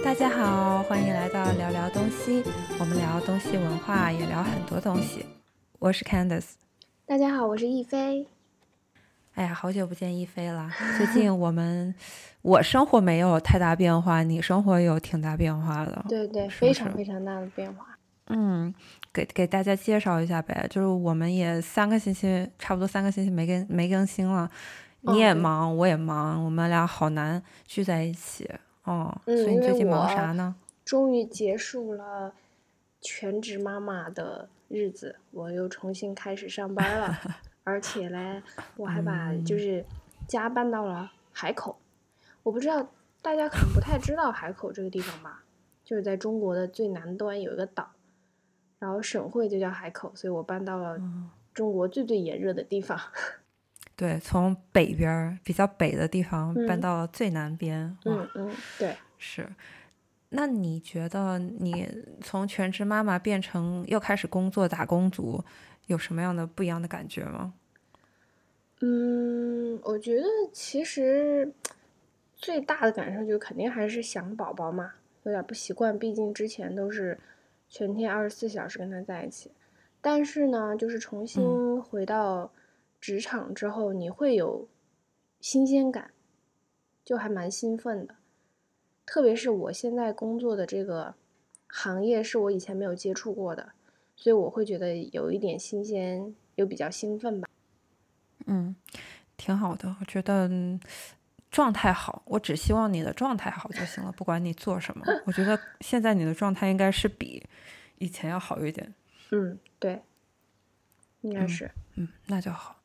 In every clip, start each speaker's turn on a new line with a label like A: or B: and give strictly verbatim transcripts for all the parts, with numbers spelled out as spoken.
A: 大家好，欢迎来到聊聊东西，我们聊东西文化，也聊很多东西。我是 Candice。
B: 大家好，我是亦菲。
A: 哎呀，好久不见亦菲了。最近我们我生活没有太大变化，你生活有挺大变化的。
B: 对对，
A: 是不是
B: 非常非常大的变化。
A: 嗯，给给大家介绍一下呗，就是我们也三个星期，差不多三个星期没更没更新了。你也忙、哦、我也忙，我们俩好难聚在一起。哦，
B: 嗯，
A: 所以你最近忙啥呢？
B: 终于结束了全职妈妈的日子，我又重新开始上班了。而且嘞，我还把就是家搬到了海口。我不知道大家可能不太知道海口这个地方吧，就是在中国的最南端有一个岛，然后省会就叫海口，所以我搬到了中国最最炎热的地方。
A: 对，从北边比较北的地方搬到了最南边。
B: 嗯嗯，对，
A: 是。那你觉得你从全职妈妈变成又开始工作打工族，有什么样的不一样的感觉吗？
B: 嗯，我觉得其实最大的感受就肯定还是想宝宝嘛，有点不习惯，毕竟之前都是全天二十四小时跟他在一起。但是呢，就是重新回到职场之后，你会有新鲜感，就还蛮兴奋的。特别是我现在工作的这个行业是我以前没有接触过的，所以我会觉得有一点新鲜，又比较兴奋吧。
A: 嗯，挺好的，我觉得状态好，我只希望你的状态好就行了，不管你做什么。我觉得现在你的状态应该是比以前要好一点。
B: 嗯，对，应该是。
A: 嗯，嗯，那就好。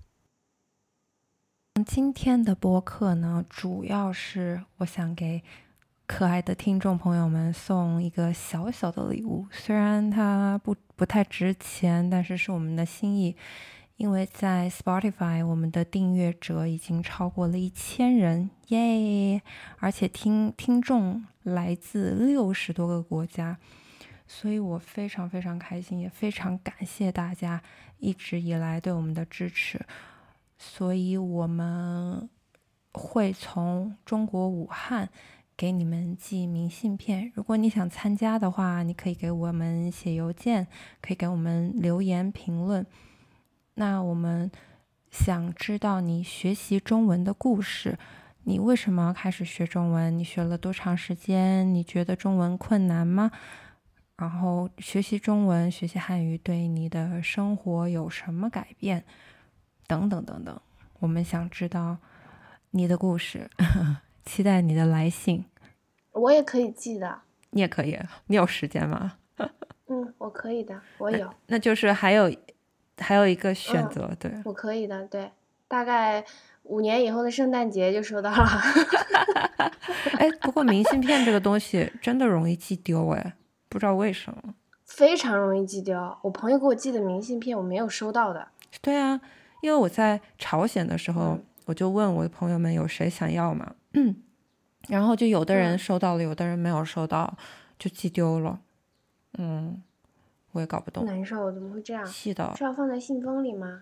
A: 今天的播客呢，主要是我想给可爱的听众朋友们送一个小小的礼物，虽然它不不太值钱，但是是我们的心意。因为在 Spotify 我们的订阅者已经超过了一千人，耶！而且听听众来自六十多个国家，所以我非常非常开心，也非常感谢大家一直以来对我们的支持。所以我们会从中国武汉给你们寄明信片，如果你想参加的话，你可以给我们写邮件，可以给我们留言评论。那我们想知道你学习中文的故事，你为什么开始学中文？你学了多长时间？你觉得中文困难吗？然后学习中文、学习汉语对你的生活有什么改变？等等等等，我们想知道你的故事，期待你的来信。
B: 我也可以寄的。
A: 你也可以，你有时间吗？
B: 嗯，我可以的，我有。
A: 那, 那就是还有还有一个选择、嗯、对，
B: 我可以的，对，大概五年以后的圣诞节就收到了。
A: 哎，不过明信片这个东西真的容易寄丢，哎，不知道为什么。
B: 非常容易寄丢，我朋友给我寄的明信片我没有收到的。
A: 对啊，因为我在朝鲜的时候、嗯、我就问我的朋友们有谁想要嘛，嗯，然后就有的人收到了、嗯、有的人没有收到，就寄丢了。嗯，我也搞不懂，
B: 难受，怎么会这样？
A: 是的，
B: 是要放在信封里吗？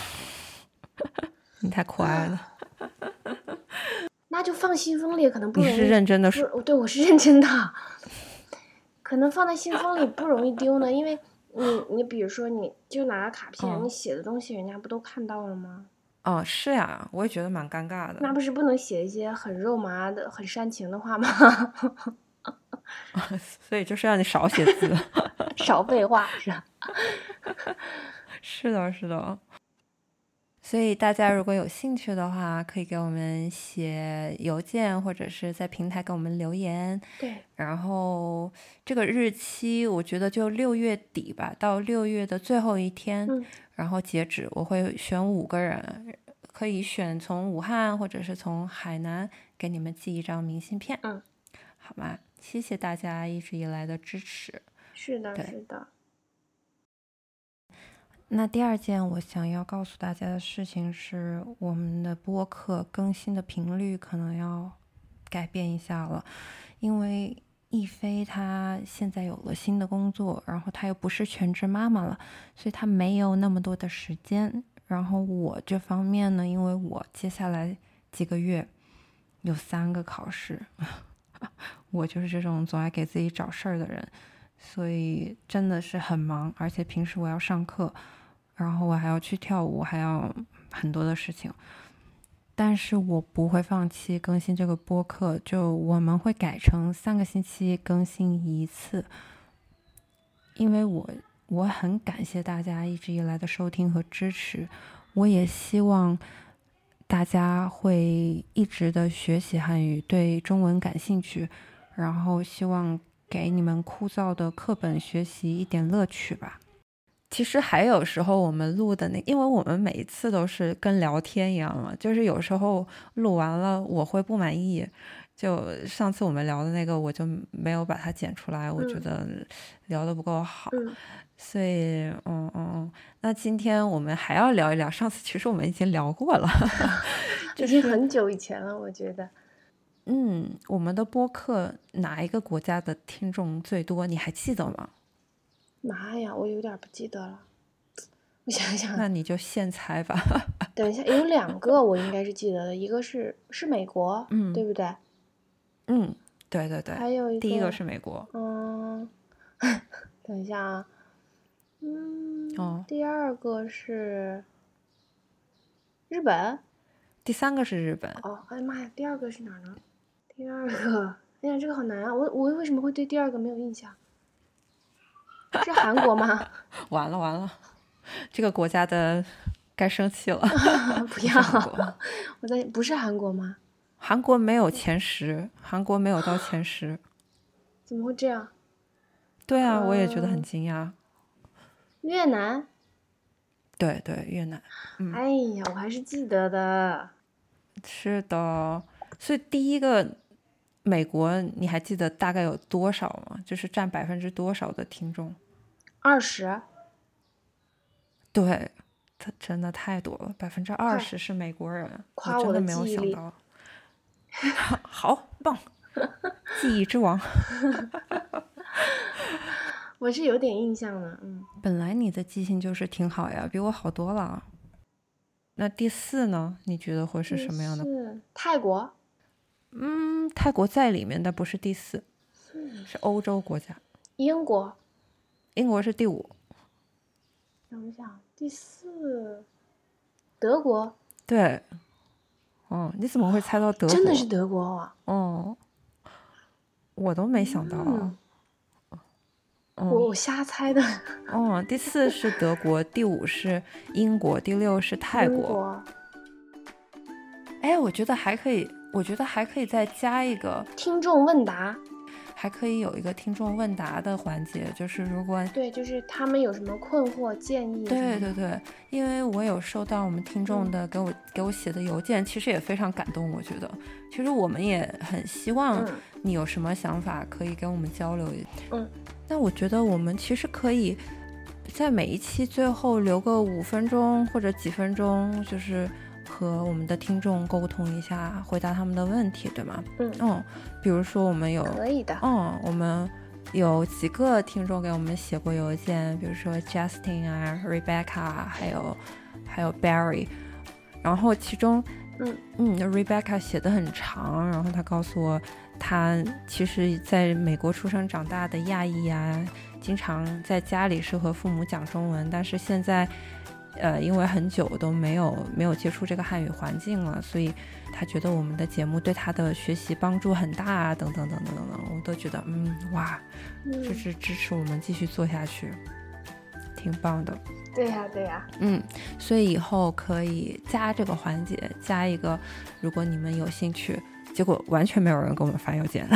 A: 你太可爱了。
B: 那就放信封里可能不容易。
A: 你是认真的说？
B: 对，我是认真的。可能放在信封里不容易丢呢，因为你你比如说你就拿了卡片、哦、你写的东西人家不都看到了吗？
A: 哦，是呀，我也觉得蛮尴尬的。
B: 那不是不能写一些很肉麻的很煽情的话吗？
A: 所以就是让你少写字。
B: 少废话是吧？
A: 是的是的。所以大家如果有兴趣的话，可以给我们写邮件，或者是在平台给我们留言。
B: 对。
A: 然后这个日期我觉得就六月底吧，到六月的最后一天、
B: 嗯、
A: 然后截止。我会选五个人，可以选从武汉或者是从海南给你们寄一张明信片。
B: 嗯，
A: 好吗？谢谢大家一直以来的支持。
B: 是的是的。
A: 那第二件我想要告诉大家的事情是，我们的播客更新的频率可能要改变一下了，因为亦菲她现在有了新的工作，然后她又不是全职妈妈了，所以她没有那么多的时间。然后我这方面呢，因为我接下来几个月有三个考试， 我就是这种总爱给自己找事儿的人，所以真的是很忙，而且平时我要上课，然后我还要去跳舞，还要很多的事情。但是我不会放弃更新这个播客，就我们会改成三个星期更新一次，因为我我很感谢大家一直以来的收听和支持，我也希望大家会一直的学习汉语，对中文感兴趣，然后希望给你们枯燥的课本学习一点乐趣吧。其实还有时候我们录的那，因为我们每一次都是跟聊天一样嘛，就是有时候录完了我会不满意，就上次我们聊的那个我就没有把它剪出来，我觉得聊得不够好，
B: 嗯，
A: 所以嗯嗯，那今天我们还要聊一聊，上次其实我们已经聊过了
B: 已经很久以前了，我觉得。
A: 嗯，我们的播客哪一个国家的听众最多？你还记得吗？
B: 妈呀，我有点不记得了，我想想。
A: 那你就现猜吧。
B: 等一下，有两个我应该是记得的，一个是是美国，
A: 嗯，
B: 对不对？
A: 嗯，对对对。
B: 还有一个，
A: 第一个是美国。
B: 嗯，等一下啊，嗯，
A: 哦，
B: 第二个是日本。
A: 第三个是日本。
B: 哦，哎呀妈呀，第二个是哪儿呢？第二个，哎呀，这个好难啊！我我为什么会对第二个没有印象？是韩国吗？
A: 完了完了，这个国家的该生气了。
B: 不要，我在不是韩国吗？
A: 韩国没有前十，韩国没有到前十。
B: 怎么会这样？
A: 对啊，我也觉得很惊讶。
B: 越南。
A: 对对，越南。嗯，
B: 哎呀，我还是记得的。
A: 是的，所以第一个美国，你还记得大概有多少吗？就是占百分之多少的听众？
B: 二十。
A: 对，它真的太多了，百分之二十是美国人，
B: 夸我的
A: 真的没有
B: 记忆力。
A: 想到。好棒，记忆之王。
B: 我是有点印象的，嗯。
A: 本来你的记性就是挺好呀，比我好多了。那第四呢？你觉得会是什么样的？
B: 是泰国。
A: 嗯，泰国在里面，但不是第四，是欧洲国家。
B: 英国。
A: 英国是第五。
B: 等一下，第四，德国。
A: 对。哦，你怎么会猜到德国？
B: 真的是德国啊！
A: 哦，我都没想到。
B: 嗯
A: 嗯、
B: 我我瞎猜的。
A: 哦，第四是德国，第五是英国，第六是泰国。
B: 国
A: 哎，我觉得还可以，我觉得还可以再加一个
B: 听众问答。
A: 还可以有一个听众问答的环节，就是如果
B: 对，就是他们有什么困惑建议。
A: 对对对，因为我有收到我们听众的给我、嗯、给我写的邮件，其实也非常感动。我觉得其实我们也很希望你有什么想法可以跟我们交流。
B: 嗯，
A: 那我觉得我们其实可以在每一期最后留个五分钟或者几分钟，就是和我们的听众沟通一下，回答他们的问题，对吗？
B: 嗯
A: 嗯，比如说我们有
B: 可以的。
A: 嗯，我们有几个听众给我们写过邮件，比如说 Justin 啊 Rebecca 还有还有 Barry， 然后其中
B: 嗯
A: 嗯 Rebecca 写的很长，然后他告诉我他其实在美国出生长大的亚裔啊，经常在家里是和父母讲中文，但是现在呃，因为很久都没有没有接触这个汉语环境了，所以他觉得我们的节目对他的学习帮助很大啊，等等等等等等，我都觉得嗯哇，这是支持我们继续做下去，挺棒的。
B: 对呀对呀。
A: 嗯，所以以后可以加这个环节，加一个，如果你们有兴趣，结果完全没有人给我们发邮件。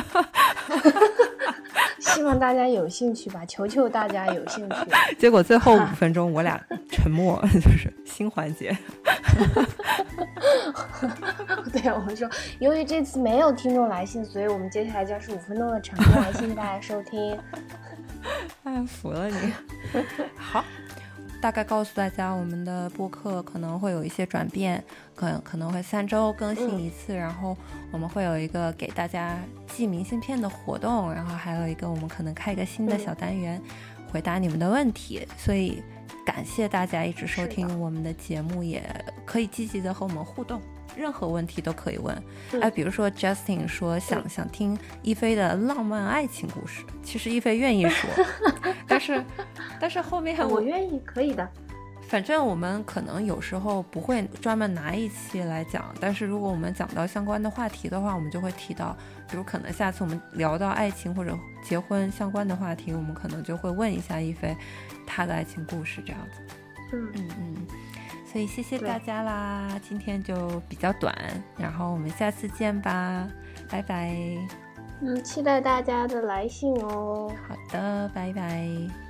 B: 希望大家有兴趣吧，求求大家有兴趣。
A: 结果最后五分钟我俩沉默，就是新环节。
B: 对，我们说，由于这次没有听众来信，所以我们接下来将是五分钟的沉默，谢谢大家收听。
A: 哎，服了你。好，大概告诉大家，我们的播客可能会有一些转变，可可能会三周更新一次、嗯、然后我们会有一个给大家寄明信片的活动，然后还有一个我们可能开一个新的小单元、嗯、回答你们的问题，所以感谢大家一直收听我们的节目，也可以积极的和我们互动， 任何问题都可以问。
B: 嗯、
A: 哎，比如说 Justin 说想、嗯、想听一菲的浪漫爱情故事，其实一菲愿意说，但是但是后面我
B: 我愿意，可以的。
A: 反正我们可能有时候不会专门拿一期来讲，但是如果我们讲到相关的话题的话，我们就会提到，比如可能下次我们聊到爱情或者结婚相关的话题，我们可能就会问一下一菲她的爱情故事这样子。
B: 嗯
A: 嗯嗯，所以谢谢大家啦，今天就比较短，然后我们下次见吧，拜拜。
B: 嗯，期待大家的来信哦。
A: 好的，拜拜。